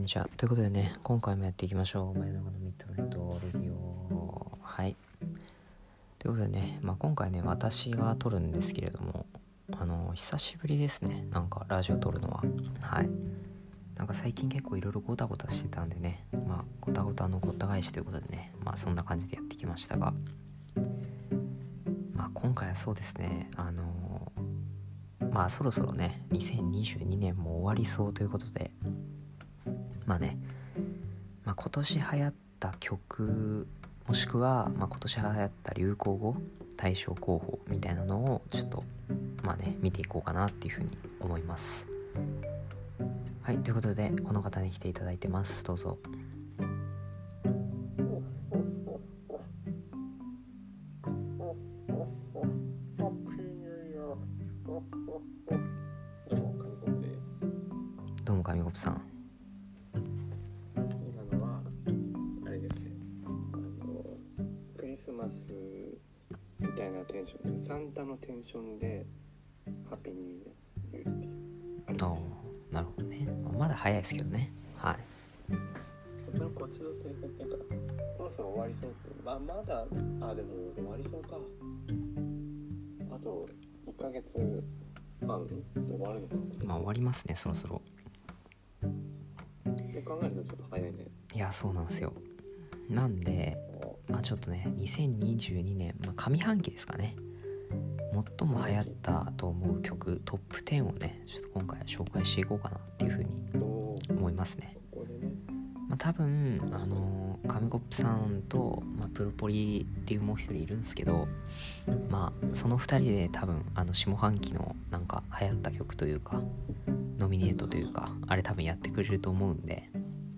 にちは。ということでね、今回もやっていきましょう。真夜中のミッドナイトレディオ。はい。ということでね、今回ね、私が撮るんですけれども、久しぶりですね。なんかラジオ撮るのは。はい。なんか最近結構いろいろゴタゴタしてたんでね、ゴタゴタのごった返しということでね、そんな感じでやってきましたが、今回はそうですね、そろそろね、2022年も終わりそうということで、今年流行った曲もしくは、今年流行った流行語大賞候補みたいなのをちょっと見ていこうかなっていうふうに思います。はい、ということでこの方に来ていただいてます。どうぞ。どうも神子さん。 今のはあれですね、クリスマスみたいなテンションで、サンタのテンションでハッピーニューイヤー言うっていうあれです。 なるほどね。まだ早いですけどね。はい。 そのこっちの生活だからそろそろ終わりそうって、まだでも終わりそうか。あと1ヶ月半で終わるのかな。 終わりますね、そろそろ。 そう考えるとちょっと早いね。 いや、そうなんですよ。なんでちょっとね、2022年、上半期ですかね、最も流行ったと思う曲トップ10をね、ちょっと今回紹介していこうかなっていうふうに思いますね。多分紙コップさんと、プロポリっていうもう一人いるんですけど、その2人で多分下半期のなんか流行った曲というかノミネートというか、あれ多分やってくれると思うんで、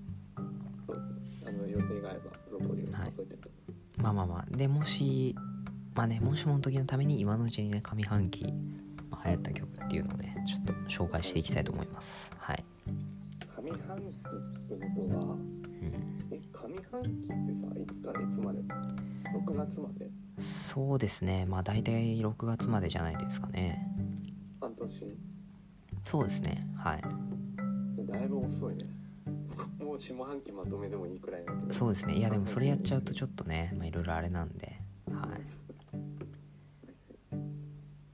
予定があればプロポリを誘えてと、 でもしもしもの時のために今のうちにね、上半期、流行った曲っていうのをね、ちょっと紹介していきたいと思います。はい。 上半期ってことは、上半期ってさ、いつからいつまで？6月まで？ そうですね、大体6月までじゃないですかね。 半年？ そうですね、はい。 だいぶ遅いね。もう下半期まとめでもいいくらいなんで。 そうですね。いやでもそれやっちゃうとちょっとね、いろいろあれなんで、はい。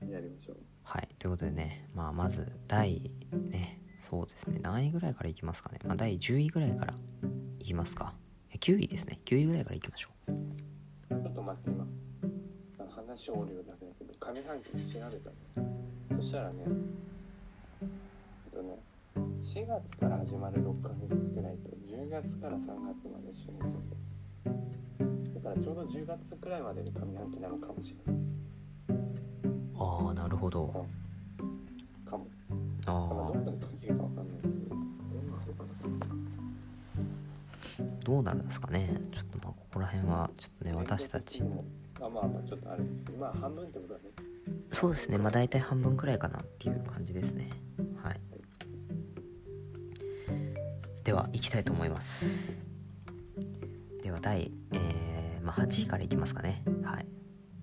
やりましょう。 はい、ということでね、まずそうですね、何位ぐらいからいきますかね。第10位ぐらいからいきますか。9位ですね。9位ぐらいからいきましょう。 ちょっと待って、今話を折るようだけど、上半期調べたの。そしたらね、4月から始まる6ヶ月くらいと10月から3月まで一緒にいて、だからちょうど10月くらいまでに上半期なのかもしれない。 なるほど。 かも。どんな時かわかんないけど、 どうなるんですかね。ちょっとここら辺はちょっとね、私たちちょっとあれですけど、半分ってことだね。 そうですね、大体半分くらいかなっていう感じですね。はい。では行きたいと思います。では第、8位からいきますかね。はい。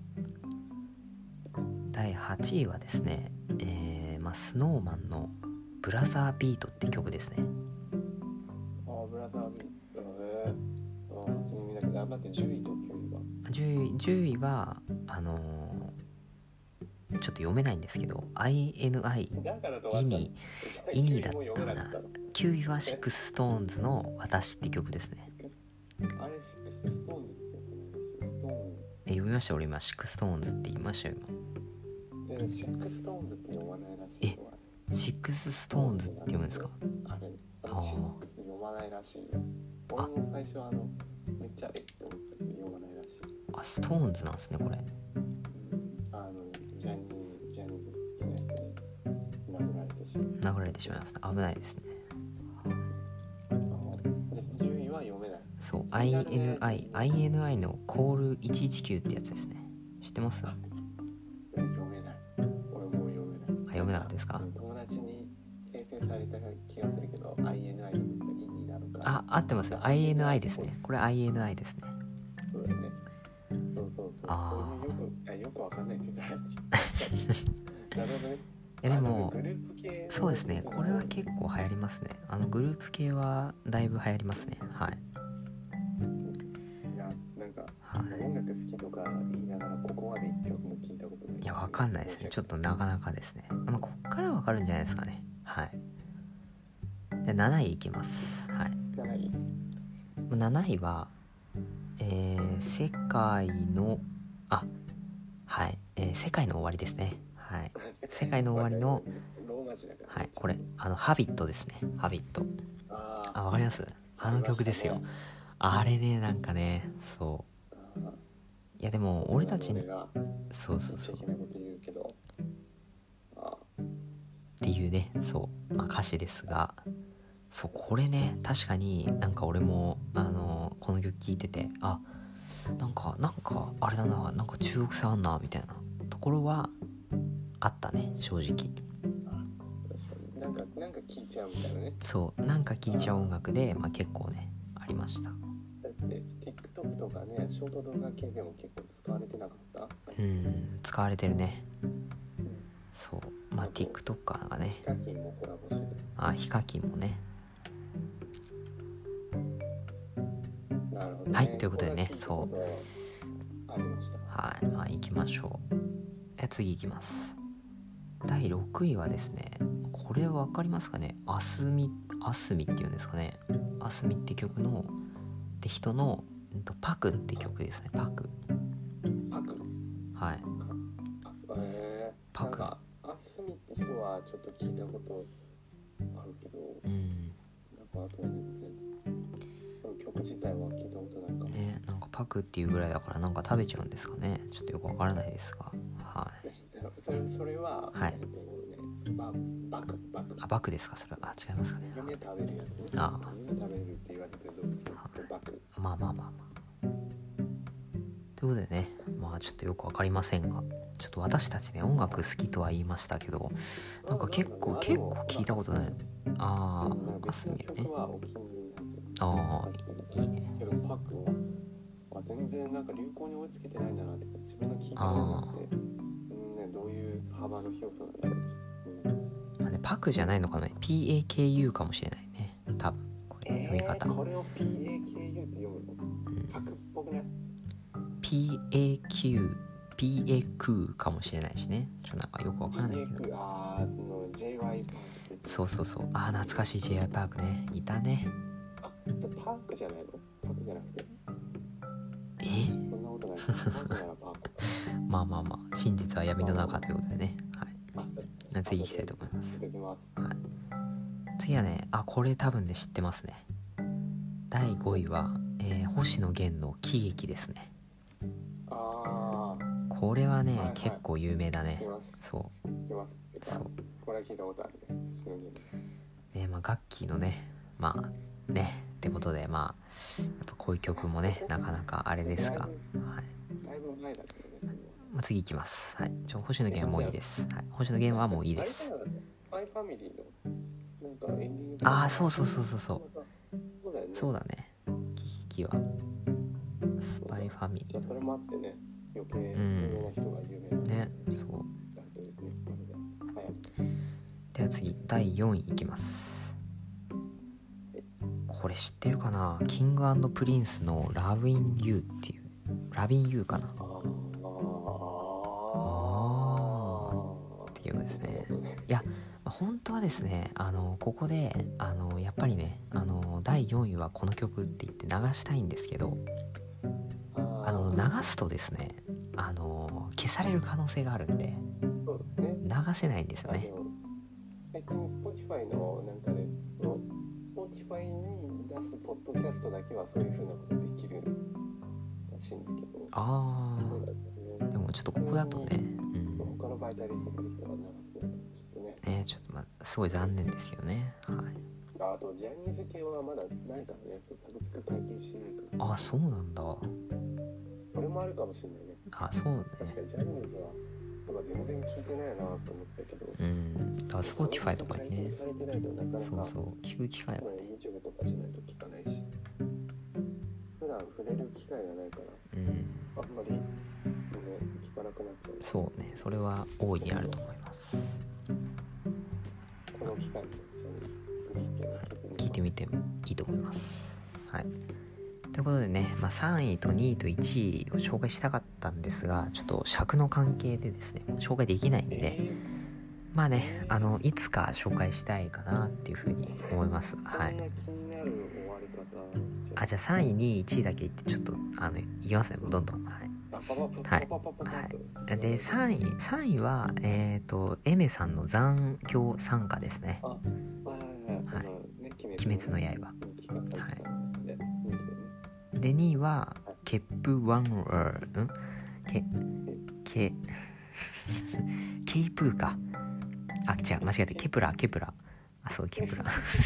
第8位はですね、スノーマンのブラザービートって曲ですね。 ブラザービート、初耳だけど、待って、10位と9位は 10位はちょっと読めないんですけど、INI イニだったかな。9位はシックスストーンズの私って曲ですね。 あれ、シックスストーンズってストーンズ読みました。俺今シックスストーンズって言いましたよ今。シックスストーンズって読まないらしいよ。 シックスストーンズって読むんですか？ あれ、シックス読まないらしいよ。俺も最初めっちゃって思ったけど読まないらしい。 ストーンズなんですね、これ。 ジャニーズ好きな人に殴られてしまいますね。 危ないですね。 10位は読めない。 そう、INI のコール119ってやつですね。知ってます？ 読めない。俺もう読めない。 読めなかったですか？ 友達に訂正された気がするけど、INI の意味なのか。 合ってますよ。INI ですね。これ INI ですね。 そうだね。そう。よくわかんないって言ったらなるほどね。 やでもグループ系そうですね、これは結構流行りますね。グループ系はだいぶ流行りますね。はい。 いやなんか、 はい、 音楽好きとか言いながらここまで一曲も聞いたことない。 いやわかんないですね。ちょっとなかなかですね。まあ、こっからわかるんじゃないですかね。はい。で7位いきます。はい。7位は、世界の世界の終わりですね。はい。世界の終わりのローマ字だから、 はい、これハビットですね。ハビット。わかります？曲ですよ。あれね、なんかね、そういやでも俺たちにそうっていうね、そうまあ歌詞ですが、そうこれね、確かになんか俺もこの曲聴いてて、なんかあれだな、なんか中毒性あんなみたいなところはあったね、正直。 なんか聴いちゃうみたいなね。 そうなんか聴いちゃう音楽で、まあ、結構ねありました。 だって TikTok とかね、ショート動画系でも結構使われてなかった？ 使われてるね。そうまあ TikToker がね、 ヒカキンもコラボしてる。 ヒカキンもね。 なるほどね。 はい、ということでね、そうありました。 はい、まあ行きましょう。次行きます。第6位はですね、これ分かりますかね。アスミっていうんですかね。アスミって曲ので人のパクって曲ですね。パクはい。パク。 なんかアスミって人はちょっと聞いたことあるけど、なんかあとは全然曲自体は聞いたことないかもね。なんかパクっていうぐらいだからなんか食べちゃうんですかね。ちょっとよくわからないですが、はい。 それは、 はい。バクですか、それは。違いますかね。 夢食べるやつね。夢食べるって言われてる動物ってバク。まあ。 ということでね、まあちょっとよくわかりませんが、ちょっと私たちね、音楽好きとは言いましたけど、なんか結構聞いたことない。アスミね。いいね。 けどパクは全然なんか流行に追いつけてないんだなって自分の聞いた音楽ってどういう幅の広さなんだろう。 まあね、パクじゃないのかな、PAKU かもしれないね。多分これ読み方。 これを PAKU って読むの？パクっぽくね。 PAQ かもしれないしね。なんかよくわからないけど。 その J.Y. パーク。 そう。懐かしい J.Y. パークね。いたね。 じゃパークじゃないの？パークじゃなくて。そんなことない。 まあ真実は闇の中ということでね。はい。次行きたいと思います。はい。次はね、これ多分ね知ってますね。第5位は、星野源の喜劇ですね。これはね、結構有名だね。そうこれは聞いたことあるね。まあガッキーのね、まあねってことで、まあやっぱこういう曲もねなかなかあれですが、はい。 だいぶ前だけどね。 次行きます。はい。星野源はもういいです。はい。星野源はもういいです。 スパイファミリーのなんかエンディング。 そう。そうだね。喜劇はスパイファミリー。 それもあってね、余計有名な人が有名なね。そう。では次第4位いきます。これ知ってるかな。キング&プリンスのラブインユーっていう、ラビンユーかなっていうですね。いや本当はですね、ここでやっぱりね、第4位はこの曲って言って流したいんですけど、流すとですね、消される可能性があるんで流せないんですよね。 最近 Spotify のなんかで、Spotify に出すポッドキャストだけはそういう風なことできるらしいんだけど。 でもちょっとここだとね、 他の媒体で聞いてる人が流すのがちょっとすごい残念ですよね。はい。 あとジャニーズ系はまだないからね、サブスク体験しないから。 そうなんだ。 これもあるかもしれないね。 そうね。 確かにジャニーズは全然聞いてないなと思ったけど。 だから Spotify とかにね。 されてないとなかなか聞く機会がね。 YouTube とかじゃないと聞かないし。普段触れる機会がないから。あんまり聞かなくなっちゃう。 そうね。それは大いにあると思います。 の機会にジャニーズグリーン系の曲聞いてみてもいいと思います。はい。ということでね、3位と2位と1位を紹介したかったんですが、ちょっと尺の関係でですね、紹介できないんで、まあね、いつか紹介したいかなっていうふうに思います。はい。 そんな気になる終わり方。 じゃあ3位、2位、1位だけ言って、ちょっと、いきますね、どんどん。はい。で、3位は、エメさんの残響参加ですね。はい。鬼滅の刃。はい。で、2位は、ケップワンケイプーか。違う、間違えた。ケプラ。そう、ケプラ。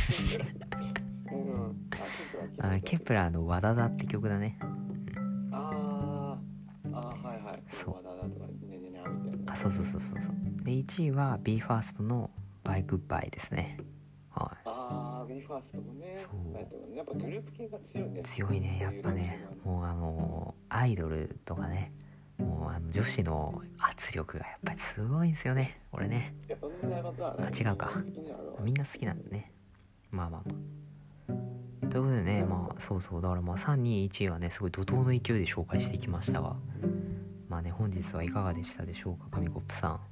ケプラの和田だって曲だね。そう。そう。で、1位は BE:FIRST のバイグッバイですね。はい。 BE:FIRST もね。 そう。 やっぱグループ系が強いね。 強いね、やっぱね。もうアイドルとかね。もう女子の圧力がやっぱりすごいんですよね。俺ね。 いや、そんなことはない。 違うか。みんな好きなんだね。まあ。ということでね、そうだから3、2、1位はね、すごい怒涛の勢いで紹介してきましたが、本日はいかがでしたでしょうか、紙コップさん。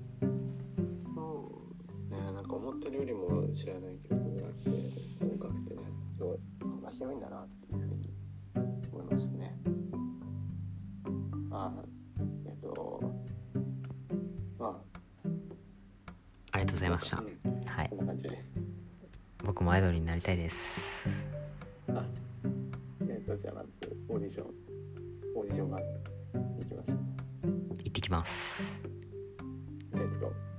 なんか思ったよりも知らない曲があって音楽ってね、すごい幅広いんだなっていうふうに思いましたね。 ありがとうございました。はい。 こんな感じで。 僕もアイドルになりたいです。 じゃあまずオーディションが行きましょう。 行ってきます。 レッツゴー。